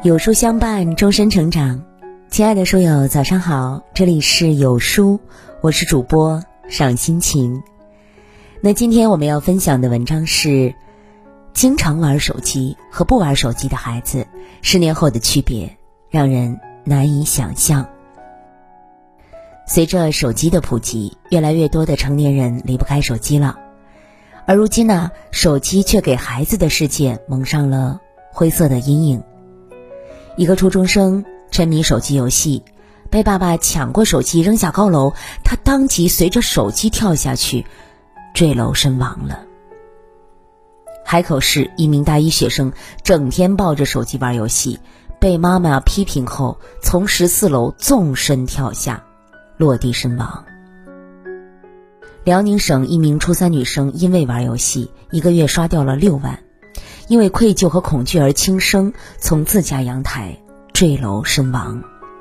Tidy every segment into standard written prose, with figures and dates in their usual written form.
有书相伴，终身成长。亲爱的书友，早上好，这里是有书，我是主播赏心情。那今天我们要分享的文章是经常玩手机和不玩手机的孩子10年后的区别，让人难以想象。随着手机的普及，越来越多的成年人离不开手机了，而如今呢，手机却给孩子的世界蒙上了灰色的阴影。一个初中生沉迷手机游戏，被爸爸抢过手机扔下高楼，他当即随着手机跳下去，坠楼身亡了。海口市一名大一学生整天抱着手机玩游戏，被妈妈批评后从14楼纵身跳下，落地身亡。辽宁省一名初3女生因为玩游戏1个月刷掉了6万，因为愧疚和恐惧而轻生，从自家阳台坠楼身亡。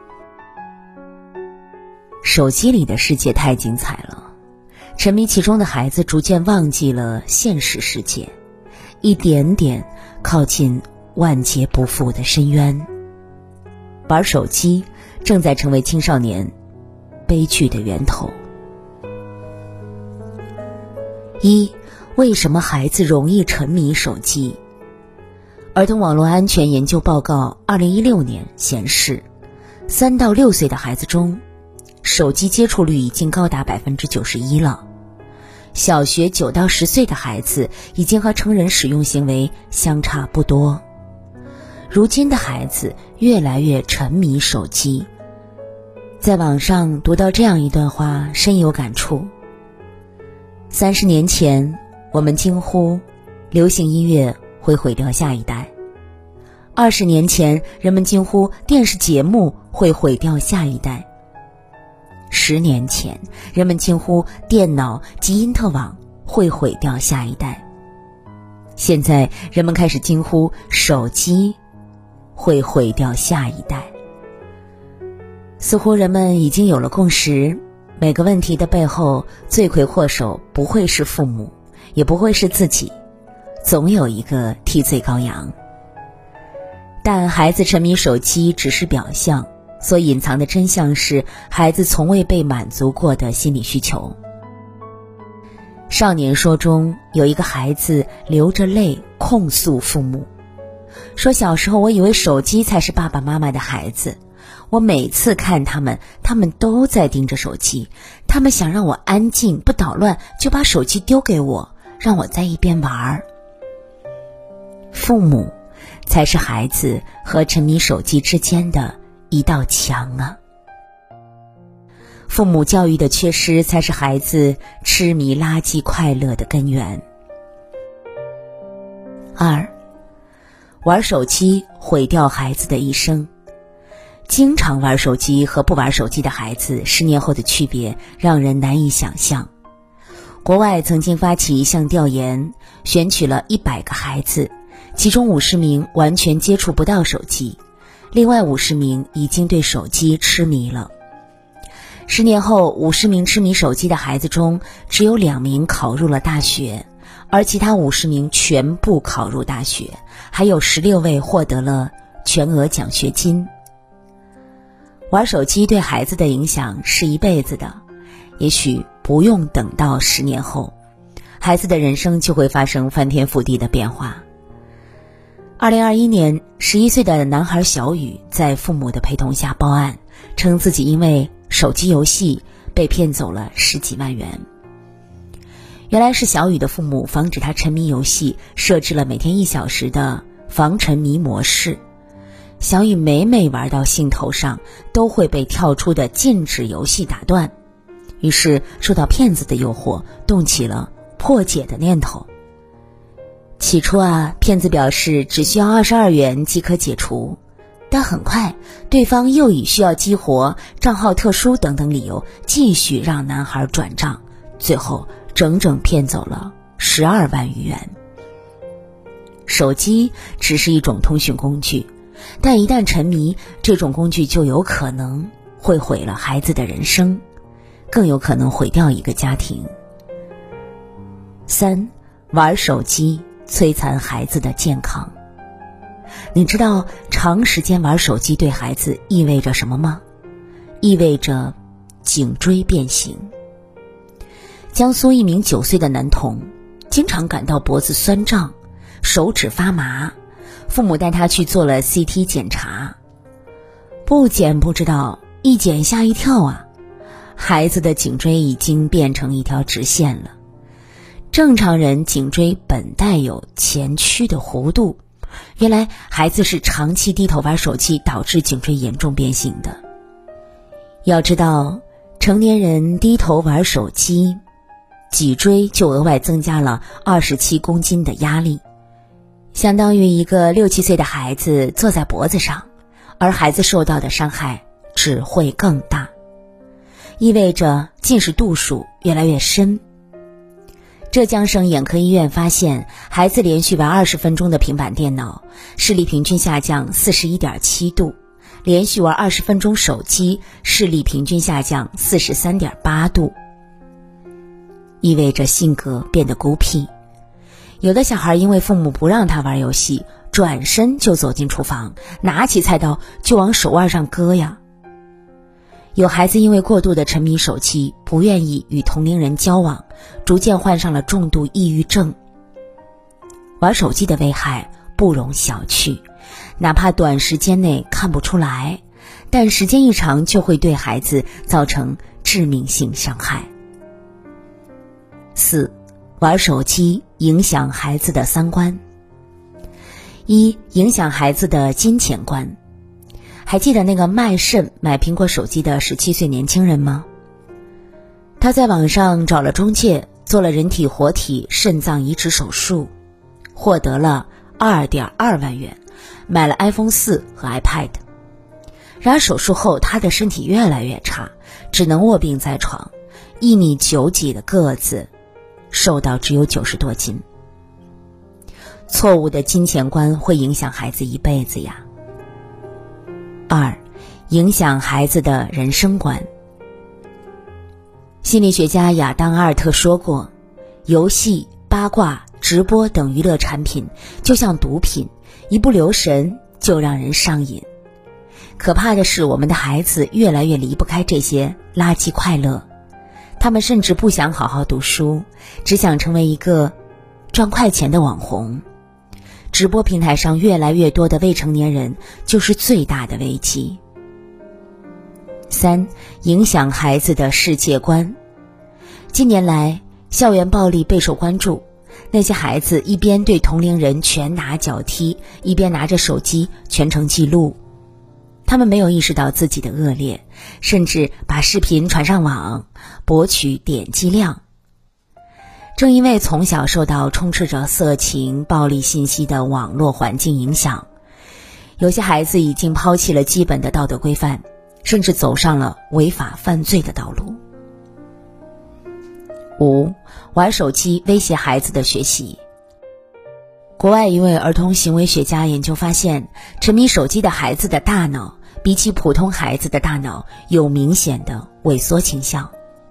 手机里的世界太精彩了，沉迷其中的孩子逐渐忘记了现实世界，一点点靠近万劫不复的深渊。玩手机正在成为青少年悲剧的源头。为什么孩子容易沉迷手机？儿童网络安全研究报告2016年显示，3到6岁的孩子中，手机接触率已经高达91%了。小学9到10岁的孩子已经和成人使用行为相差不多。如今的孩子越来越沉迷手机。在网上读到这样一段话，深有感触。30年前，我们惊呼流行音乐会毁掉下一代；20年前，人们惊呼电视节目会毁掉下一代；10年前，人们惊呼电脑及因特网会毁掉下一代。现在，人们开始惊呼手机会毁掉下一代。似乎人们已经有了共识，每个问题的背后，罪魁祸首不会是父母，也不会是自己，总有一个替罪羔羊。但孩子沉迷手机只是表象，所隐藏的真相是孩子从未被满足过的心理需求。少年说中有一个孩子流着泪控诉父母，说小时候我以为手机才是爸爸妈妈的孩子，我每次看他们都在盯着手机，他们想让我安静不捣乱，就把手机丢给我，让我在一边玩。父母才是孩子和沉迷手机之间的一道墙啊！父母教育的缺失才是孩子痴迷垃圾快乐的根源。2. 玩手机毁掉孩子的一生。经常玩手机和不玩手机的孩子10年后的区别让人难以想象。国外曾经发起一项调研，选取了100个孩子，其中50名完全接触不到手机，另外50名已经对手机痴迷了。10年后，50名痴迷手机的孩子中，只有2名考入了大学，而其他50名全部考入大学，还有16位获得了全额奖学金。玩手机对孩子的影响是一辈子的，也许不用等到10年后，孩子的人生就会发生翻天覆地的变化。2021年，11岁的男孩小雨在父母的陪同下报案，称自己因为手机游戏被骗走了10几万元。原来是小雨的父母防止他沉迷游戏，设置了每天1小时的防沉迷模式。小雨每玩到兴头上，都会被跳出的禁止游戏打断，于是受到骗子的诱惑，动起了破解的念头。起初骗子表示只需要22元即可解除，但很快对方又以需要激活、账号特殊等等理由继续让男孩转账，最后整整骗走了12万余元。手机只是一种通讯工具，但一旦沉迷，这种工具就有可能会毁了孩子的人生，更有可能毁掉一个家庭。3. 玩手机摧残孩子的健康。你知道长时间玩手机对孩子意味着什么吗？意味着颈椎变形。江苏一名9岁的男童经常感到脖子酸胀，手指发麻，父母带他去做了 CT 检查，不检不知道，一检吓一跳啊，孩子的颈椎已经变成一条直线了。正常人颈椎本带有前屈的弧度，原来孩子是长期低头玩手机导致颈椎严重变形的。要知道，成年人低头玩手机，脊椎就额外增加了27公斤的压力，相当于一个6、7岁的孩子坐在脖子上，而孩子受到的伤害只会更大，意味着近视度数越来越深。浙江省眼科医院发现，孩子连续玩20分钟的平板电脑，视力平均下降 41.7 度，连续玩20分钟手机，视力平均下降 43.8 度，意味着性格变得孤僻。有的小孩因为父母不让他玩游戏，转身就走进厨房，拿起菜刀就往手腕上割呀。有孩子因为过度的沉迷手机，不愿意与同龄人交往，逐渐患上了重度抑郁症。玩手机的危害不容小觑，哪怕短时间内看不出来，但时间一长就会对孩子造成致命性伤害。4. 玩手机影响孩子的三观。1. 影响孩子的金钱观。还记得那个卖肾买苹果手机的17岁年轻人吗？他在网上找了中介，做了人体活体肾脏移植手术，获得了 2.2 万元，买了 iPhone 4和 iPad。 然而手术后他的身体越来越差，只能卧病在床，1米9几的个子，瘦到只有90多斤。错误的金钱观会影响孩子一辈子呀。2. 影响孩子的人生观。心理学家亚当·阿尔特说过，游戏、八卦、直播等娱乐产品就像毒品，一不留神就让人上瘾。可怕的是，我们的孩子越来越离不开这些垃圾快乐，他们甚至不想好好读书，只想成为一个赚快钱的网红。直播平台上越来越多的未成年人就是最大的危机。3. 影响孩子的世界观。近年来，校园暴力备受关注，那些孩子一边对同龄人拳打脚踢，一边拿着手机全程记录。他们没有意识到自己的恶劣，甚至把视频传上网，博取点击量。正因为从小受到充斥着色情、暴力信息的网络环境影响，有些孩子已经抛弃了基本的道德规范，甚至走上了违法犯罪的道路。5. 玩手机威胁孩子的学习。国外一位儿童行为学家研究发现，沉迷手机的孩子的大脑比起普通孩子的大脑有明显的萎缩倾向。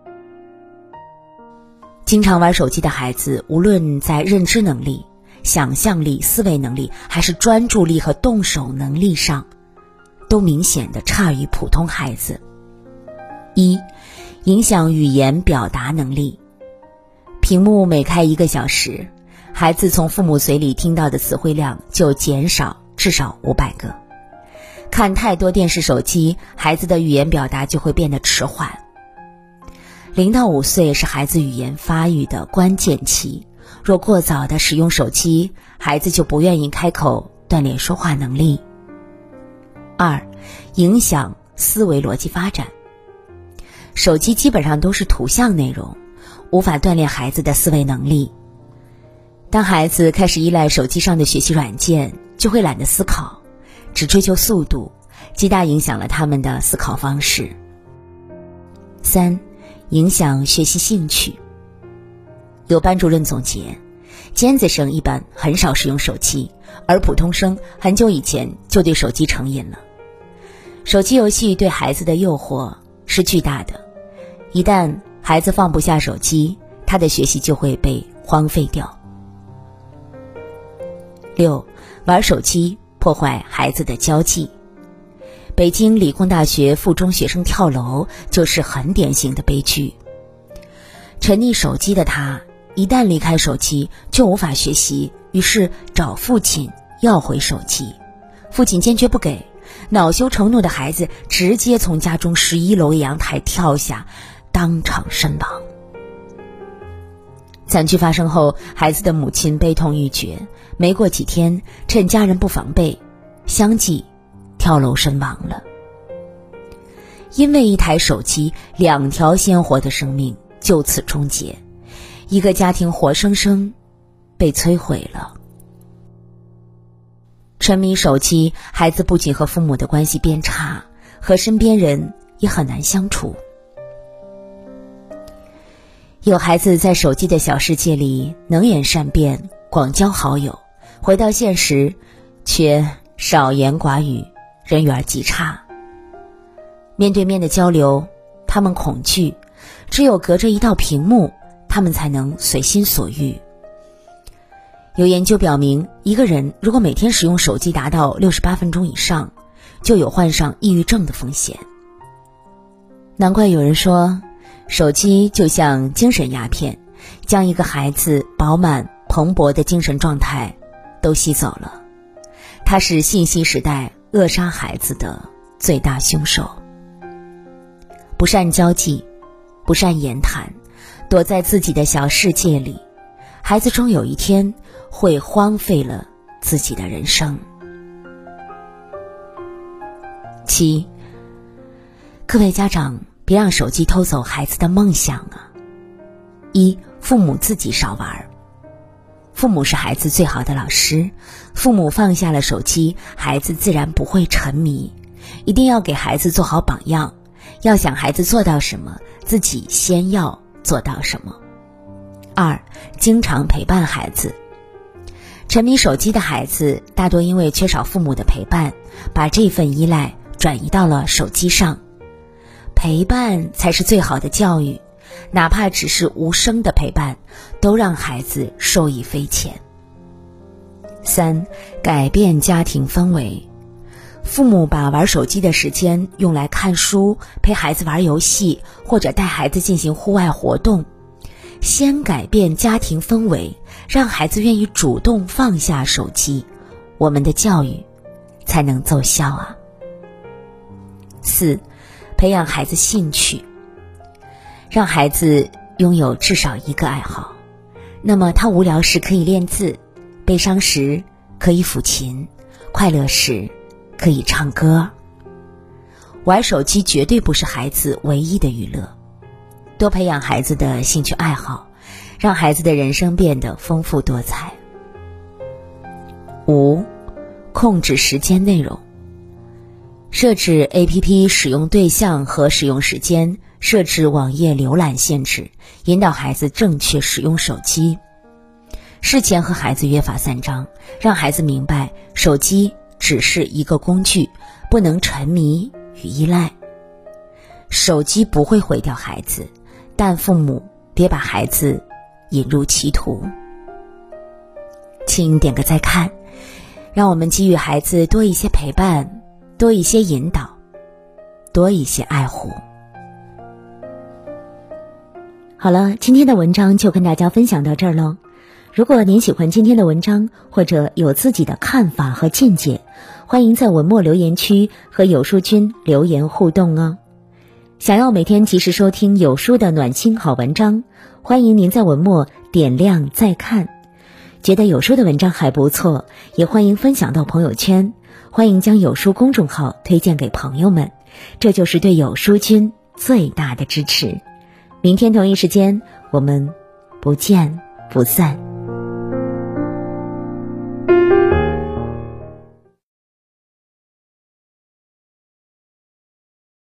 经常玩手机的孩子，无论在认知能力、想象力、思维能力，还是专注力和动手能力上，都明显的差于普通孩子。1. 影响语言表达能力。屏幕每开1个小时，孩子从父母嘴里听到的词汇量就减少至少500个。看太多电视手机，孩子的语言表达就会变得迟缓。0到5岁是孩子语言发育的关键期，若过早的使用手机，孩子就不愿意开口锻炼说话能力。2. 影响思维逻辑发展。手机基本上都是图像内容，无法锻炼孩子的思维能力。当孩子开始依赖手机上的学习软件，就会懒得思考，只追求速度，极大影响了他们的思考方式。3. 影响学习兴趣。有班主任总结，尖子生一般很少使用手机，而普通生很久以前就对手机成瘾了。手机游戏对孩子的诱惑是巨大的，一旦孩子放不下手机，他的学习就会被荒废掉。6. 玩手机破坏孩子的交际。北京理工大学附中学生跳楼就是很典型的悲剧。沉溺手机的他，一旦离开手机就无法学习，于是找父亲要回手机，父亲坚决不给，恼羞成怒的孩子直接从家中11楼的阳台跳下，当场身亡。惨剧发生后，孩子的母亲悲痛欲绝，没过几天，趁家人不防备，相继跳楼身亡了。因为一台手机，2条鲜活的生命就此终结，一个家庭活生生被摧毁了。沉迷手机，孩子不仅和父母的关系变差，和身边人也很难相处。有孩子在手机的小世界里能言善辩，广交好友，回到现实却少言寡语，人缘极差。面对面的交流，他们恐惧，只有隔着一道屏幕，他们才能随心所欲。有研究表明，一个人如果每天使用手机达到68分钟以上，就有患上抑郁症的风险。难怪有人说，手机就像精神鸦片，将一个孩子饱满蓬勃的精神状态都吸走了。它是信息时代扼杀孩子的最大凶手。不善交际，不善言谈，躲在自己的小世界里，孩子终有一天会荒废了自己的人生。7，各位家长别让手机偷走孩子的梦想啊。1，父母自己少玩。父母是孩子最好的老师，父母放下了手机，孩子自然不会沉迷。一定要给孩子做好榜样，要想孩子做到什么，自己先要做到什么。2，经常陪伴孩子。沉迷手机的孩子大多因为缺少父母的陪伴，把这份依赖转移到了手机上。陪伴才是最好的教育，哪怕只是无声的陪伴，都让孩子受益匪浅。3，改变家庭氛围。父母把玩手机的时间用来看书，陪孩子玩游戏，或者带孩子进行户外活动。先改变家庭氛围，让孩子愿意主动放下手机，我们的教育才能奏效啊。4，培养孩子兴趣。让孩子拥有至少一个爱好，那么他无聊时可以练字，悲伤时可以抚琴，快乐时可以唱歌。玩手机绝对不是孩子唯一的娱乐，多培养孩子的兴趣爱好，让孩子的人生变得丰富多彩。5，控制时间内容。设置 APP 使用对象和使用时间，设置网页浏览限制，引导孩子正确使用手机。事前和孩子约法三章，让孩子明白手机只是一个工具，不能沉迷与依赖。手机不会毁掉孩子，但父母别把孩子引入歧途。请点个再看，让我们给予孩子多一些陪伴，多一些引导，多一些爱护。好了，今天的文章就跟大家分享到这儿咯。如果您喜欢今天的文章，或者有自己的看法和见解，欢迎在文末留言区和有书君留言互动哦。想要每天及时收听有书的暖心好文章，欢迎您在文末点亮再看。觉得有书的文章还不错，也欢迎分享到朋友圈，欢迎将有书公众号推荐给朋友们，这就是对有书君最大的支持。明天同一时间，我们不见不散。